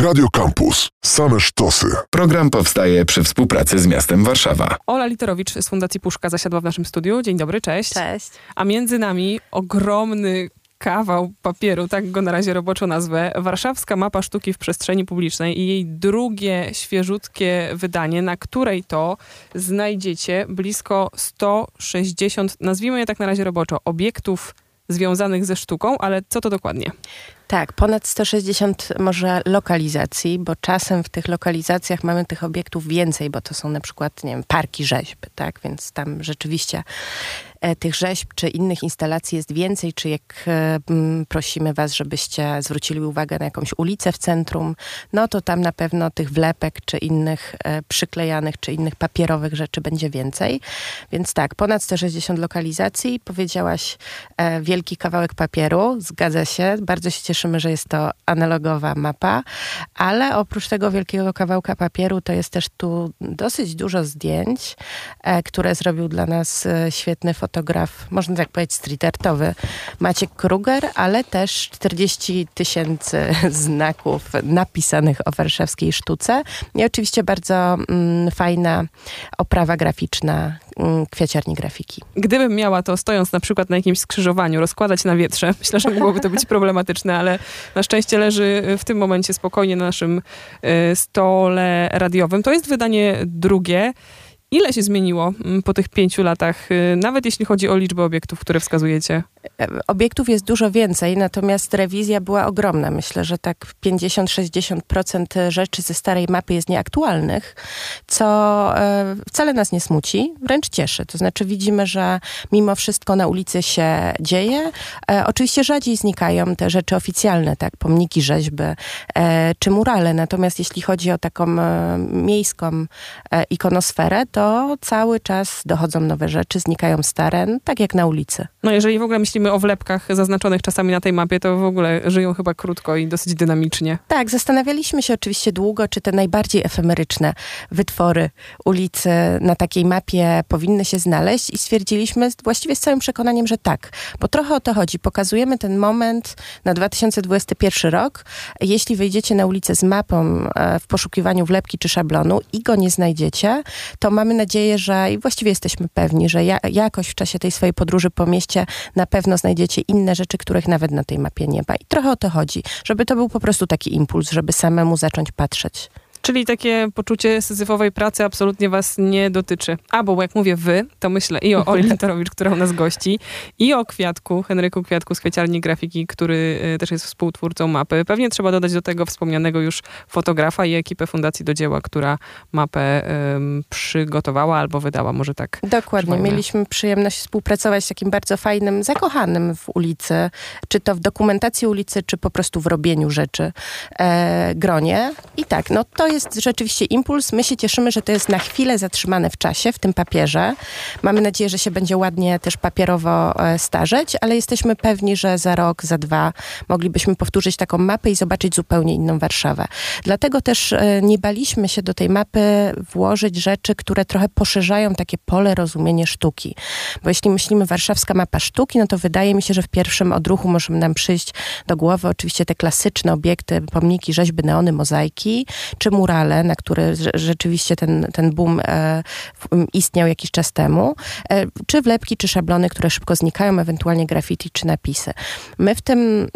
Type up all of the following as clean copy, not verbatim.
Radio Campus. Same sztosy. Program powstaje przy współpracy z miastem Warszawa. Ola Literowicz z Fundacji Puszka zasiadła w naszym studiu. Dzień dobry, cześć. Cześć. A między nami ogromny kawał papieru, tak go na razie roboczo nazwę, Warszawska Mapa Sztuki w Przestrzeni Publicznej i jej drugie, świeżutkie wydanie, na której to znajdziecie blisko 160, nazwijmy je tak na razie roboczo, obiektów związanych ze sztuką, ale co to dokładnie? Tak, ponad 160 może lokalizacji, bo czasem w tych lokalizacjach mamy tych obiektów więcej, bo to są na przykład, nie wiem, parki rzeźb, tak? Więc tam rzeczywiście tych rzeźb czy innych instalacji jest więcej, czy jak prosimy was, żebyście zwrócili uwagę na jakąś ulicę w centrum, no to tam na pewno tych wlepek czy innych przyklejanych, czy innych papierowych rzeczy będzie więcej. Więc tak, ponad 160 lokalizacji. Powiedziałaś wielki kawałek papieru, zgadza się. Bardzo się cieszymy, że jest to analogowa mapa, ale oprócz tego wielkiego kawałka papieru to jest też tu dosyć dużo zdjęć, które zrobił dla nas świetny fotograf, można tak powiedzieć street artowy, Maciek Kruger, ale też 40 000 znaków napisanych o warszawskiej sztuce i oczywiście bardzo fajna oprawa graficzna kwiaciarni grafiki. Gdybym miała to stojąc na przykład na jakimś skrzyżowaniu rozkładać na wietrze, myślę, że mogłoby to być problematyczne, ale na szczęście leży w tym momencie spokojnie na naszym stole radiowym. To jest wydanie drugie. Ile się zmieniło po tych 5 latach, nawet jeśli chodzi o liczbę obiektów, które wskazujecie? Obiektów jest dużo więcej, natomiast rewizja była ogromna. Myślę, że tak 50-60% rzeczy ze starej mapy jest nieaktualnych, co wcale nas nie smuci, wręcz cieszy. To znaczy widzimy, że mimo wszystko na ulicy się dzieje. Oczywiście rzadziej znikają te rzeczy oficjalne, tak, pomniki, rzeźby czy murale. Natomiast jeśli chodzi o taką miejską ikonosferę, to cały czas dochodzą nowe rzeczy, znikają stare, no, tak jak na ulicy. No jeżeli w ogóle myślimy o wlepkach zaznaczonych czasami na tej mapie, to w ogóle żyją chyba krótko i dosyć dynamicznie. Tak, zastanawialiśmy się oczywiście długo, czy te najbardziej efemeryczne wytwory ulicy na takiej mapie powinny się znaleźć i stwierdziliśmy właściwie z całym przekonaniem, że tak. Bo trochę o to chodzi. Pokazujemy ten moment na 2021 rok. Jeśli wyjdziecie na ulicę z mapą w poszukiwaniu wlepki czy szablonu i go nie znajdziecie, to mamy nadzieję, że i właściwie jesteśmy pewni, że jakoś w czasie tej swojej podróży po mieście na pewno znajdziecie inne rzeczy, których nawet na tej mapie nie ma. I trochę o to chodzi, żeby to był po prostu taki impuls, żeby samemu zacząć patrzeć. Czyli takie poczucie syzyfowej pracy absolutnie was nie dotyczy. Bo jak mówię wy, to myślę i o Oli Literowicz, która u nas gości, i o Kwiatku, Henryku Kwiatku z Kwiaciarni Grafiki, który też jest współtwórcą mapy. Pewnie trzeba dodać do tego wspomnianego już fotografa i ekipę Fundacji do Dzieła, która mapę przygotowała albo wydała, może tak. Dokładnie. przypomnę. Mieliśmy przyjemność współpracować z takim bardzo fajnym, zakochanym w ulicy, czy to w dokumentacji ulicy, czy po prostu w robieniu rzeczy gronie. I tak, no to jest rzeczywiście impuls. My się cieszymy, że to jest na chwilę zatrzymane w czasie, w tym papierze. Mamy nadzieję, że się będzie ładnie też papierowo starzeć, ale jesteśmy pewni, że za rok, za 2 moglibyśmy powtórzyć taką mapę i zobaczyć zupełnie inną Warszawę. Dlatego też nie baliśmy się do tej mapy włożyć rzeczy, które trochę poszerzają takie pole rozumienia sztuki. Bo jeśli myślimy warszawska mapa sztuki, no to wydaje mi się, że w pierwszym odruchu może nam przyjść do głowy oczywiście te klasyczne obiekty, pomniki, rzeźby, neony, mozaiki, czy murale, na które rzeczywiście ten boom istniał jakiś czas temu, czy wlepki, czy szablony, które szybko znikają, ewentualnie graffiti, czy napisy. My w tym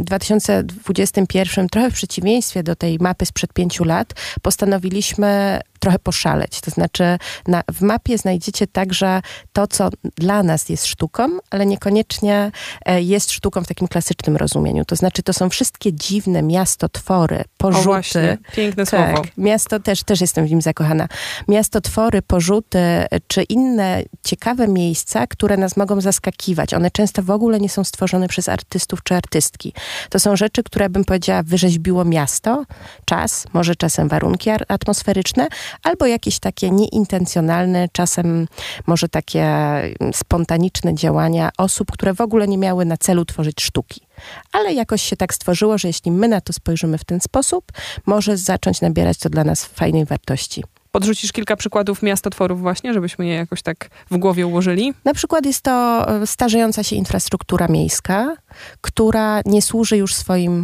2021, trochę w przeciwieństwie do tej mapy sprzed 5 lat, postanowiliśmy trochę poszaleć. To znaczy w mapie znajdziecie także to, co dla nas jest sztuką, ale niekoniecznie jest sztuką w takim klasycznym rozumieniu. To znaczy to są wszystkie dziwne miastotwory, porzuty. O właśnie, piękne tak, słowo. Miasto, też jestem w nim zakochana. Miastotwory, porzuty, czy inne ciekawe miejsca, które nas mogą zaskakiwać. One często w ogóle nie są stworzone przez artystów czy artystki. To są rzeczy, które bym powiedziała wyrzeźbiło miasto, czas, może czasem warunki atmosferyczne, albo jakieś takie nieintencjonalne, czasem może takie spontaniczne działania osób, które w ogóle nie miały na celu tworzyć sztuki. Ale jakoś się tak stworzyło, że jeśli my na to spojrzymy w ten sposób, może zacząć nabierać to dla nas fajnej wartości. Podrzucisz kilka przykładów miastotworów właśnie, żebyśmy je jakoś tak w głowie ułożyli? Na przykład jest to starzejąca się infrastruktura miejska, która nie służy już swoim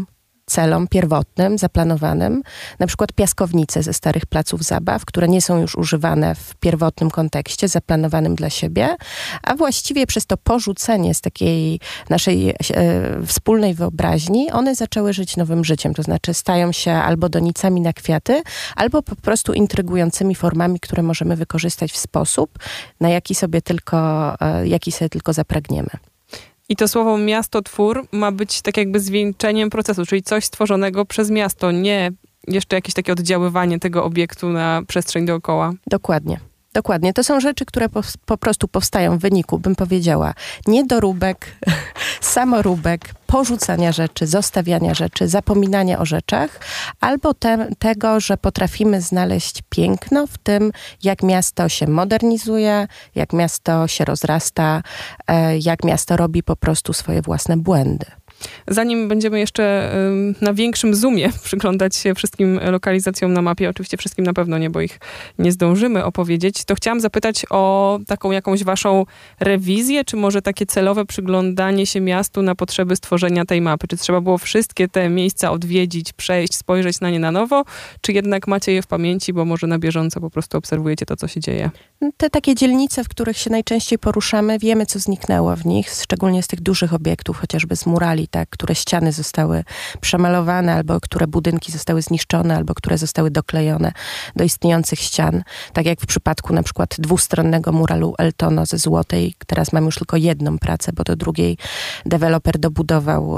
celom pierwotnym, zaplanowanym, na przykład piaskownice ze starych placów zabaw, które nie są już używane w pierwotnym kontekście, zaplanowanym dla siebie, a właściwie przez to porzucenie z takiej naszej wspólnej wyobraźni, one zaczęły żyć nowym życiem, to znaczy stają się albo donicami na kwiaty, albo po prostu intrygującymi formami, które możemy wykorzystać w sposób, na jaki sobie tylko zapragniemy. I to słowo miastotwór ma być tak jakby zwieńczeniem procesu, czyli coś stworzonego przez miasto, nie jeszcze jakieś takie oddziaływanie tego obiektu na przestrzeń dookoła. Dokładnie. To są rzeczy, które po prostu powstają w wyniku, bym powiedziała, niedoróbek, samoróbek, porzucania rzeczy, zostawiania rzeczy, zapominania o rzeczach, albo tego, że potrafimy znaleźć piękno w tym, jak miasto się modernizuje, jak miasto się rozrasta, jak miasto robi po prostu swoje własne błędy. Zanim będziemy jeszcze na większym zoomie przyglądać się wszystkim lokalizacjom na mapie, oczywiście wszystkim na pewno nie, bo ich nie zdążymy opowiedzieć, to chciałam zapytać o taką jakąś waszą rewizję, czy może takie celowe przyglądanie się miastu na potrzeby stworzenia tej mapy? Czy trzeba było wszystkie te miejsca odwiedzić, przejść, spojrzeć na nie na nowo, czy jednak macie je w pamięci, bo może na bieżąco po prostu obserwujecie to, co się dzieje? Te takie dzielnice, w których się najczęściej poruszamy, wiemy, co zniknęło w nich, szczególnie z tych dużych obiektów, chociażby z murali, tak, które ściany zostały przemalowane, albo które budynki zostały zniszczone, albo które zostały doklejone do istniejących ścian. Tak jak w przypadku na przykład dwustronnego muralu Eltono ze Złotej. Teraz mam już tylko jedną pracę, bo do drugiej deweloper dobudował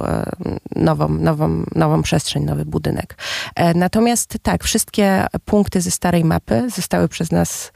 nową przestrzeń, nowy budynek. Natomiast tak, wszystkie punkty ze starej mapy zostały przez nas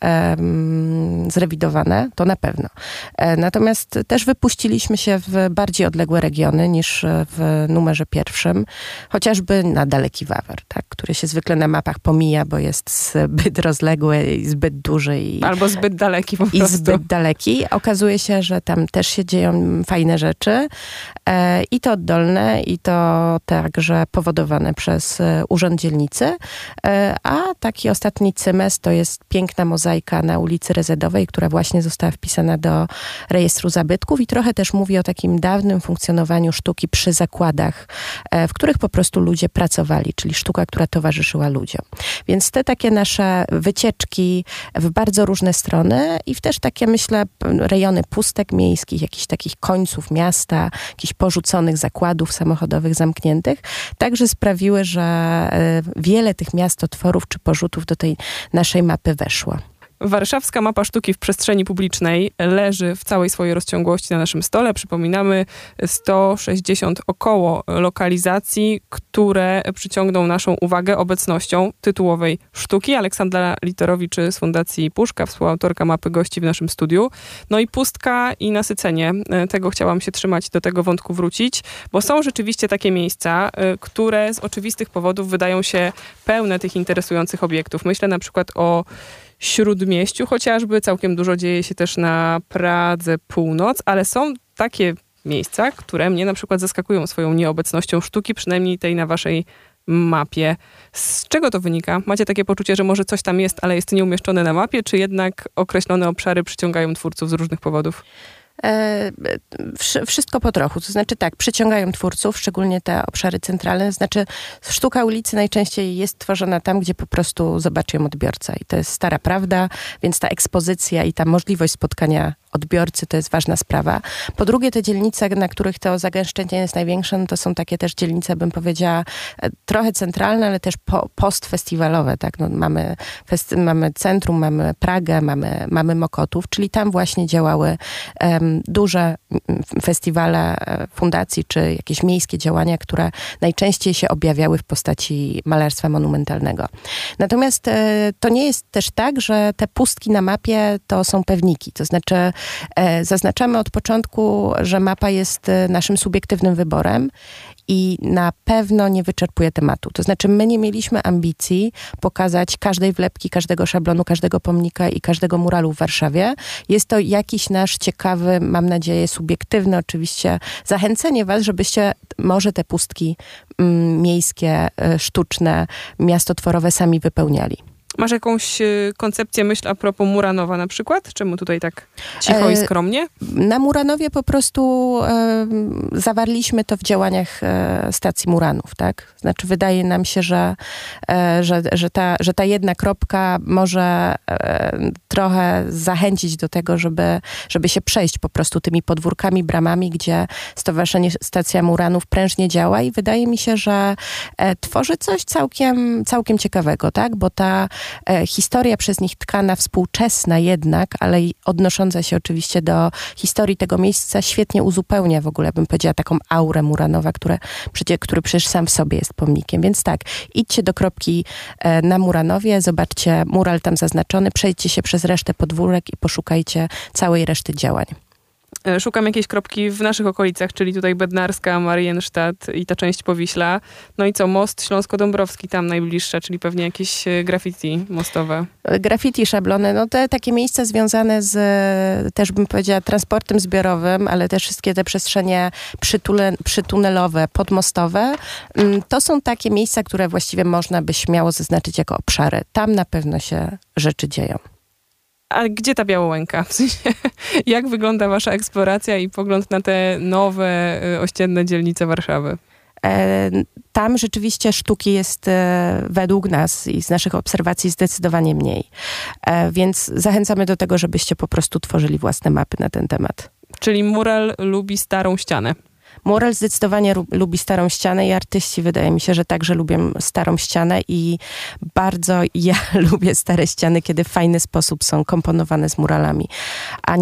zrewidowane, to na pewno. Natomiast też wypuściliśmy się w bardziej odległe regiony niż w numerze pierwszym, chociażby na Daleki Wawer, tak, który się zwykle na mapach pomija, bo jest zbyt rozległy i zbyt duży. Albo zbyt daleki po prostu. I zbyt daleki. Okazuje się, że tam też się dzieją fajne rzeczy i to oddolne, i to także powodowane przez Urząd Dzielnicy, a taki ostatni cymes to jest piękna mozaika na ulicy Rezedowej, która właśnie została wpisana do rejestru zabytków i trochę też mówi o takim dawnym funkcjonowaniu sztuki przy zakładach, w których po prostu ludzie pracowali, czyli sztuka, która towarzyszyła ludziom. Więc te takie nasze wycieczki w bardzo różne strony i w też takie, myślę, rejony pustek miejskich, jakichś takich końców miasta, jakichś porzuconych zakładów samochodowych zamkniętych, także sprawiły, że wiele tych miastotworów czy porzutów do tej naszej mapy weszło. Warszawska mapa sztuki w przestrzeni publicznej leży w całej swojej rozciągłości na naszym stole. Przypominamy 160 około lokalizacji, które przyciągną naszą uwagę obecnością tytułowej sztuki. Aleksandra Literowicz z Fundacji Puszka, współautorka mapy, gości w naszym studiu. No i pustka i nasycenie. Tego chciałam się trzymać, do tego wątku wrócić, bo są rzeczywiście takie miejsca, które z oczywistych powodów wydają się pełne tych interesujących obiektów. Myślę na przykład o Śródmieściu chociażby, całkiem dużo dzieje się też na Pradze Północ, ale są takie miejsca, które mnie na przykład zaskakują swoją nieobecnością sztuki, przynajmniej tej na waszej mapie. Z czego to wynika? Macie takie poczucie, że może coś tam jest, ale jest nieumieszczone na mapie, czy jednak określone obszary przyciągają twórców z różnych powodów? Wszystko po trochu. To znaczy tak, przyciągają twórców, szczególnie te obszary centralne. Znaczy sztuka ulicy najczęściej jest tworzona tam, gdzie po prostu zobaczy ją odbiorca. I to jest stara prawda, więc ta ekspozycja i ta możliwość spotkania odbiorcy to jest ważna sprawa. Po drugie, te dzielnice, na których to zagęszczenie jest największe, no to są takie też dzielnice, bym powiedziała, trochę centralne, ale też postfestiwalowe. Tak? No, mamy centrum, mamy Pragę, mamy Mokotów, czyli tam właśnie działały duże festiwale fundacji, czy jakieś miejskie działania, które najczęściej się objawiały w postaci malarstwa monumentalnego. Natomiast to nie jest też tak, że te pustki na mapie to są pewniki. To znaczy zaznaczamy od początku, że mapa jest naszym subiektywnym wyborem i na pewno nie wyczerpuje tematu. To znaczy my nie mieliśmy ambicji pokazać każdej wlepki, każdego szablonu, każdego pomnika i każdego muralu w Warszawie. Jest to jakiś nasz ciekawy, mam nadzieję, subiektywny oczywiście zachęcenie was, żebyście może te pustki miejskie, sztuczne, miastotworowe sami wypełniali. Masz jakąś koncepcję, myśl a propos Muranowa na przykład? Czemu tutaj tak cicho i skromnie? Na Muranowie po prostu zawarliśmy to w działaniach stacji Muranów, tak? Znaczy wydaje nam się, że ta jedna kropka może trochę zachęcić do tego, żeby się przejść po prostu tymi podwórkami, bramami, gdzie Stowarzyszenie Stacja Muranów prężnie działa i wydaje mi się, że tworzy coś całkiem ciekawego, tak? Bo ta historia przez nich tkana, współczesna jednak, ale i odnosząca się oczywiście do historii tego miejsca, świetnie uzupełnia w ogóle, bym powiedziała, taką aurę Muranowa, który przecież sam w sobie jest pomnikiem. Więc tak, idźcie do kropki na Muranowie, zobaczcie mural tam zaznaczony, przejdźcie się przez resztę podwórek i poszukajcie całej reszty działań. Szukam jakiejś kropki w naszych okolicach, czyli tutaj Bednarska, Marienstadt i ta część Powiśla. No i co? Most Śląsko-Dąbrowski tam najbliższe, czyli pewnie jakieś graffiti mostowe. Graffiti, szablony, no te takie miejsca związane z, też bym powiedziała, transportem zbiorowym, ale też wszystkie te przestrzenie przytunelowe, podmostowe, to są takie miejsca, które właściwie można by śmiało zaznaczyć jako obszary. Tam na pewno się rzeczy dzieją. A gdzie ta Białołęka? W sensie, jak wygląda wasza eksploracja i pogląd na te nowe, ościenne dzielnice Warszawy? Tam rzeczywiście sztuki jest według nas i z naszych obserwacji zdecydowanie mniej. Więc zachęcamy do tego, żebyście po prostu tworzyli własne mapy na ten temat. Czyli mural lubi starą ścianę. Mural zdecydowanie lubi starą ścianę i artyści wydaje mi się, że także lubią starą ścianę i bardzo ja lubię stare ściany, kiedy w fajny sposób są komponowane z muralami, a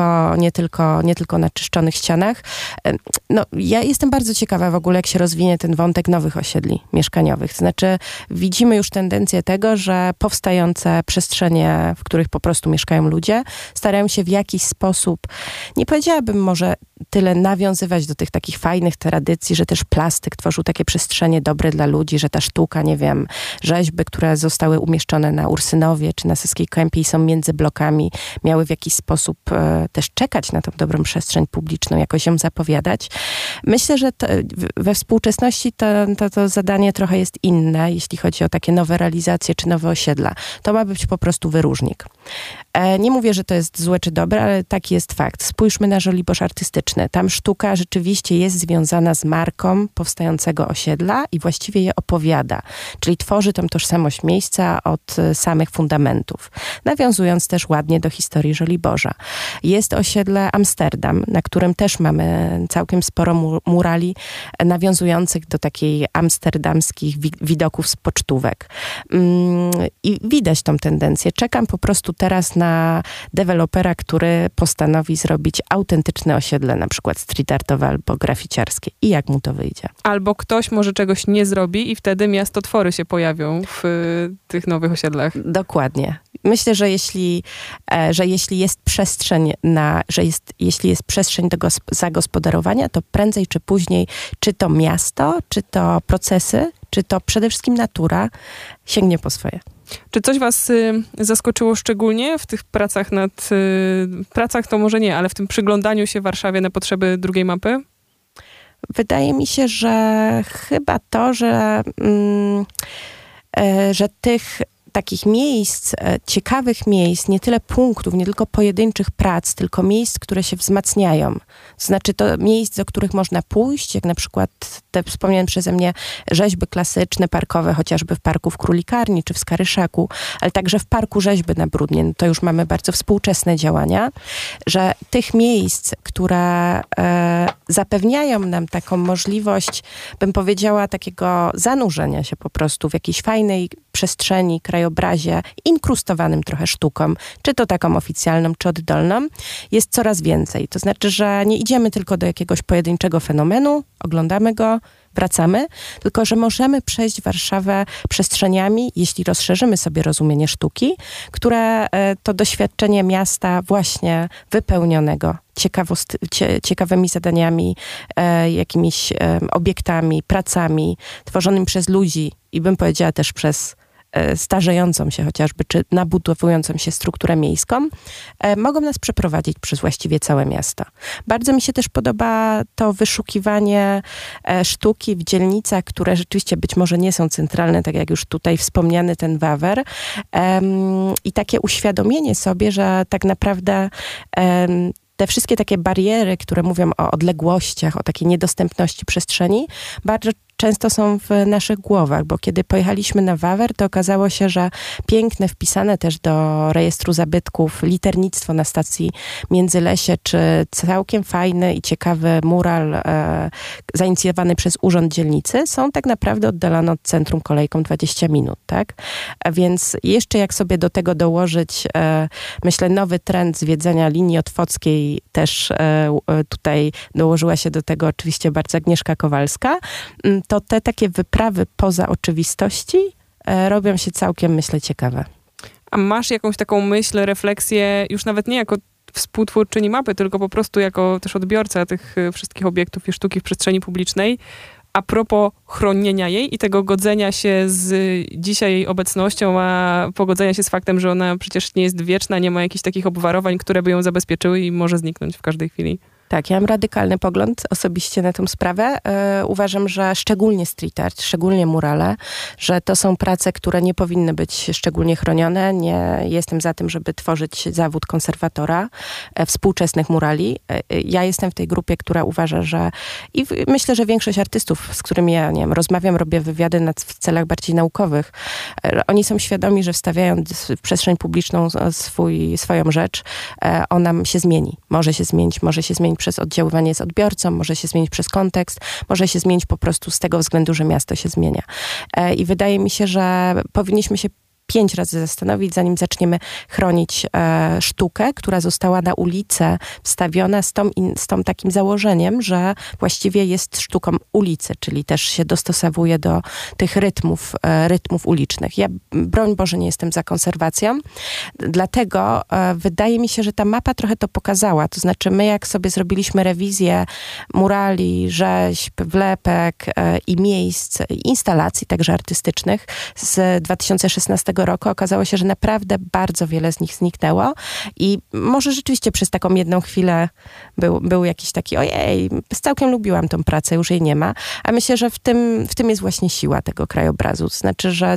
nie tylko na czyszczonych ścianach. No, ja jestem bardzo ciekawa w ogóle, jak się rozwinie ten wątek nowych osiedli mieszkaniowych. To znaczy widzimy już tendencję tego, że powstające przestrzenie, w których po prostu mieszkają ludzie, starają się w jakiś sposób, nie powiedziałabym może tyle nawiązywać do tych takich fajnych tradycji, że też plastyk tworzył takie przestrzenie dobre dla ludzi, że ta sztuka, nie wiem, rzeźby, które zostały umieszczone na Ursynowie czy na Saskiej Kępie i są między blokami, miały w jakiś sposób też czekać na tą dobrą przestrzeń publiczną, jakoś ją zapowiadać. Myślę, że we współczesności to zadanie trochę jest inne, jeśli chodzi o takie nowe realizacje czy nowe osiedla. To ma być po prostu wyróżnik. Nie mówię, że to jest złe czy dobre, ale taki jest fakt. Spójrzmy na Żoliborz artystyczny. Tam sztuka rzeczywiście jest związana z marką powstającego osiedla i właściwie je opowiada. Czyli tworzy tą tożsamość miejsca od samych fundamentów, nawiązując też ładnie do historii Żoliborza. Jest osiedle Amsterdam, na którym też mamy całkiem sporo murali nawiązujących do takiej amsterdamskich widoków z pocztówek. I widać tą tendencję. Czekam po prostu teraz na dewelopera, który postanowi zrobić autentyczne osiedle, na przykład street artowe albo graficiarskie. I jak mu to wyjdzie? Albo ktoś może czegoś nie zrobi i wtedy miastotwory się pojawią w tych nowych osiedlach. Dokładnie. Myślę, że jeśli jest przestrzeń jeśli jest przestrzeń do zagospodarowania, to prędzej czy później, czy to miasto, czy to procesy, czy to przede wszystkim natura sięgnie po swoje. Czy coś was zaskoczyło szczególnie w tych pracach pracach to może nie, ale w tym przyglądaniu się Warszawie na potrzeby drugiej mapy? Wydaje mi się, że chyba to, że tych takich miejsc, ciekawych miejsc, nie tyle punktów, nie tylko pojedynczych prac, tylko miejsc, które się wzmacniają. To znaczy to miejsc, do których można pójść, jak na przykład te wspomniane przeze mnie rzeźby klasyczne, parkowe, chociażby w Parku w Królikarni czy w Skaryszaku, ale także w Parku Rzeźby na Brudnie. No to już mamy bardzo współczesne działania, że tych miejsc, które zapewniają nam taką możliwość, bym powiedziała, takiego zanurzenia się po prostu w jakiejś fajnej przestrzeni, krajobrazie, inkrustowanym trochę sztuką, czy to taką oficjalną, czy oddolną, jest coraz więcej. To znaczy, że nie idziemy tylko do jakiegoś pojedynczego fenomenu, oglądamy go, wracamy, tylko że możemy przejść Warszawę przestrzeniami, jeśli rozszerzymy sobie rozumienie sztuki, które to doświadczenie miasta właśnie wypełnionego ciekawymi zadaniami, jakimiś obiektami, pracami, tworzonymi przez ludzi i bym powiedziała też przez starzejącą się chociażby, czy nabudowującą się strukturę miejską, mogą nas przeprowadzić przez właściwie całe miasta. Bardzo mi się też podoba to wyszukiwanie sztuki w dzielnicach, które rzeczywiście być może nie są centralne, tak jak już tutaj wspomniany ten Wawer. I takie uświadomienie sobie, że tak naprawdę te wszystkie takie bariery, które mówią o odległościach, o takiej niedostępności przestrzeni, bardzo często są w naszych głowach, bo kiedy pojechaliśmy na Wawer, to okazało się, że piękne, wpisane też do rejestru zabytków liternictwo na stacji Międzylesie, czy całkiem fajny i ciekawy mural zainicjowany przez Urząd Dzielnicy, są tak naprawdę oddalone od centrum kolejką 20 minut, tak? A więc jeszcze jak sobie do tego dołożyć, myślę, nowy trend zwiedzania linii otwockiej, też tutaj dołożyła się do tego oczywiście bardzo Agnieszka Kowalska, to te takie wyprawy poza oczywistości robią się całkiem, myślę, ciekawe. A masz jakąś taką myśl, refleksję, już nawet nie jako współtwórczyni mapy, tylko po prostu jako też odbiorca tych wszystkich obiektów i sztuki w przestrzeni publicznej, a propos chronienia jej i tego godzenia się z dzisiaj jej obecnością, a pogodzenia się z faktem, że ona przecież nie jest wieczna, nie ma jakichś takich obwarowań, które by ją zabezpieczyły i może zniknąć w każdej chwili. Tak, ja mam radykalny pogląd osobiście na tę sprawę. Uważam, że szczególnie street art, szczególnie murale, że to są prace, które nie powinny być szczególnie chronione. Nie jestem za tym, żeby tworzyć zawód konserwatora współczesnych murali. Ja jestem w tej grupie, która uważa, że i myślę, że większość artystów, z którymi ja, nie wiem, rozmawiam, robię wywiady w celach bardziej naukowych, oni są świadomi, że wstawiając w przestrzeń publiczną swoją rzecz, ona się zmieni. Może się zmienić przez oddziaływanie z odbiorcą, może się zmienić przez kontekst, może się zmienić po prostu z tego względu, że miasto się zmienia. I wydaje mi się, że powinniśmy się 5 razy zastanowić, zanim zaczniemy chronić sztukę, która została na ulicę wstawiona z tą takim założeniem, że właściwie jest sztuką ulicy, czyli też się dostosowuje do tych rytmów ulicznych. Ja, broń Boże, nie jestem za konserwacją, dlatego wydaje mi się, że ta mapa trochę to pokazała. To znaczy my, jak sobie zrobiliśmy rewizję murali, rzeźb, wlepek i miejsc, instalacji także artystycznych z 2016 roku, okazało się, że naprawdę bardzo wiele z nich zniknęło i może rzeczywiście przez taką jedną chwilę był jakiś taki ojej, całkiem lubiłam tą pracę, już jej nie ma, a myślę, że w tym jest właśnie siła tego krajobrazu. To znaczy, że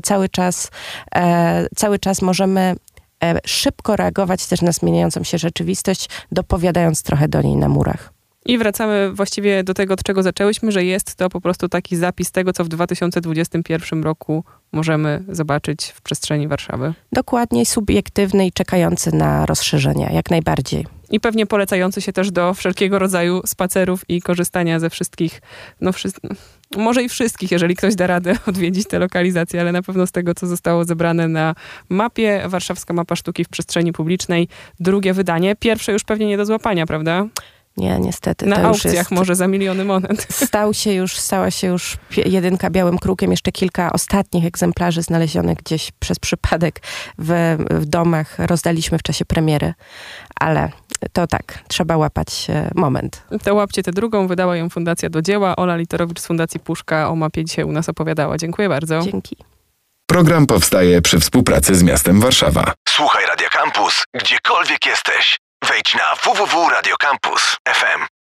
cały czas możemy szybko reagować też na zmieniającą się rzeczywistość, dopowiadając trochę do niej na murach. I wracamy właściwie do tego, od czego zaczęłyśmy, że jest to po prostu taki zapis tego, co w 2021 roku możemy zobaczyć w przestrzeni Warszawy. Dokładnie, subiektywny i czekający na rozszerzenia, jak najbardziej. I pewnie polecający się też do wszelkiego rodzaju spacerów i korzystania ze wszystkich, może i wszystkich, jeżeli ktoś da radę odwiedzić te lokalizacje, ale na pewno z tego, co zostało zebrane na mapie. Warszawska Mapa Sztuki w Przestrzeni Publicznej. Drugie wydanie. Pierwsze już pewnie nie do złapania, prawda? Nie, niestety. Na to aukcjach już jest, może za miliony monet. Stała się już jedynka białym krukiem, jeszcze kilka ostatnich egzemplarzy znalezionych gdzieś przez przypadek w domach rozdaliśmy w czasie premiery, ale to tak, trzeba łapać moment. To łapcie tę drugą, wydała ją Fundacja Do Dzieła. Ola Literowicz z Fundacji Puszka o mapie dzisiaj u nas opowiadała. Dziękuję bardzo. Dzięki. Program powstaje przy współpracy z miastem Warszawa. Słuchaj Radio Campus, gdziekolwiek jesteś. Wejdź na www.radiocampus.fm.